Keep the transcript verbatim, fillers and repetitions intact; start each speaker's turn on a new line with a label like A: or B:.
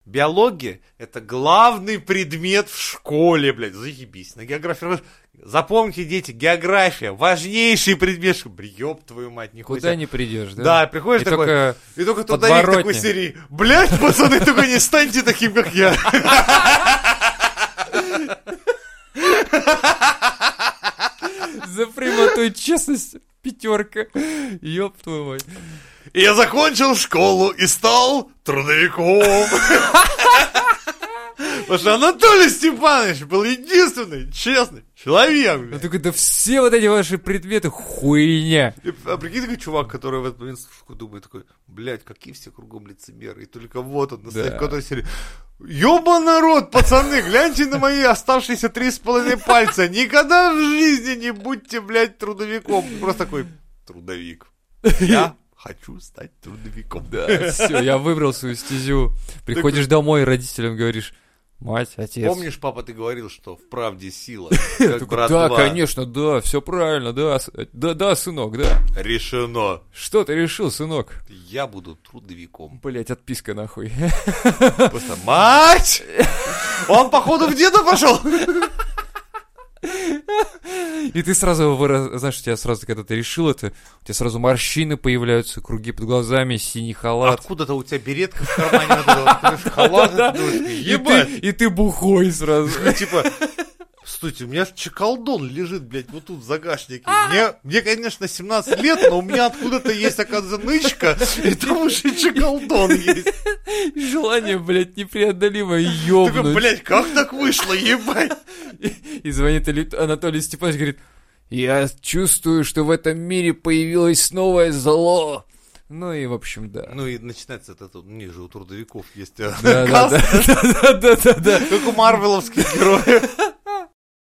A: Биология — это главный предмет в школе, блядь, заебись. На географии... Запомните, дети, география — важнейший предмет. Ёб твою мать, нихуя.
B: Куда не придешь, да?
A: Да, приходишь и такой...
B: Только
A: и только трудовик такой серии. Блядь, пацаны, только не станьте таким, как я.
B: За прямоту и честность пятерка. Ёб твою мать.
A: И я закончил школу и стал трудовиком. Потому что Анатолий Степанович был единственный честный человек.
B: Я такой, да все вот эти ваши предметы хуйня.
A: И, а прикинь, такой чувак, который в этот момент думает, такой, блядь, какие все кругом лицемеры. И только вот он, настоящий, да. Который серии. Ёба народ, пацаны, гляньте на мои оставшиеся три с половиной пальца. Никогда в жизни не будьте, блядь, трудовиком. Просто такой трудовик. Я хочу стать трудовиком.
B: Да, все, я выбрал свою стезю. Приходишь домой, родителям говоришь: мать, отец.
A: Помнишь, папа, ты говорил, что в правде сила?
B: Да, конечно, да, все правильно, да, да, да, сынок, да.
A: Решено.
B: Что ты решил, сынок?
A: Я буду трудовиком.
B: Блять, отписка нахуй.
A: Просто мать! Он, походу, в деда пошел.
B: И ты сразу, знаешь, у тебя сразу, когда ты решил это, у тебя сразу морщины появляются, круги под глазами, синий халат.
A: Откуда-то у тебя беретка в кармане, халат, ебать.
B: И ты бухой сразу.
A: Типа, стойте, у меня чекалдон лежит, блядь, вот тут в загашнике. Мне, мне, конечно, семнадцать лет, но у меня откуда-то есть, оказывается, нычка, и там уже чекалдон есть.
B: Желание, блядь, непреодолимое ёбнуть.
A: Такой, блядь, как так вышло, ебать?
B: И, и звонит Анатолий Степанович, говорит: я чувствую, что в этом мире появилось новое зло. Ну и, в общем, да.
A: Ну и начинается это, у них же у трудовиков есть
B: да, да, да, да, да, да,
A: как у марвеловских героев.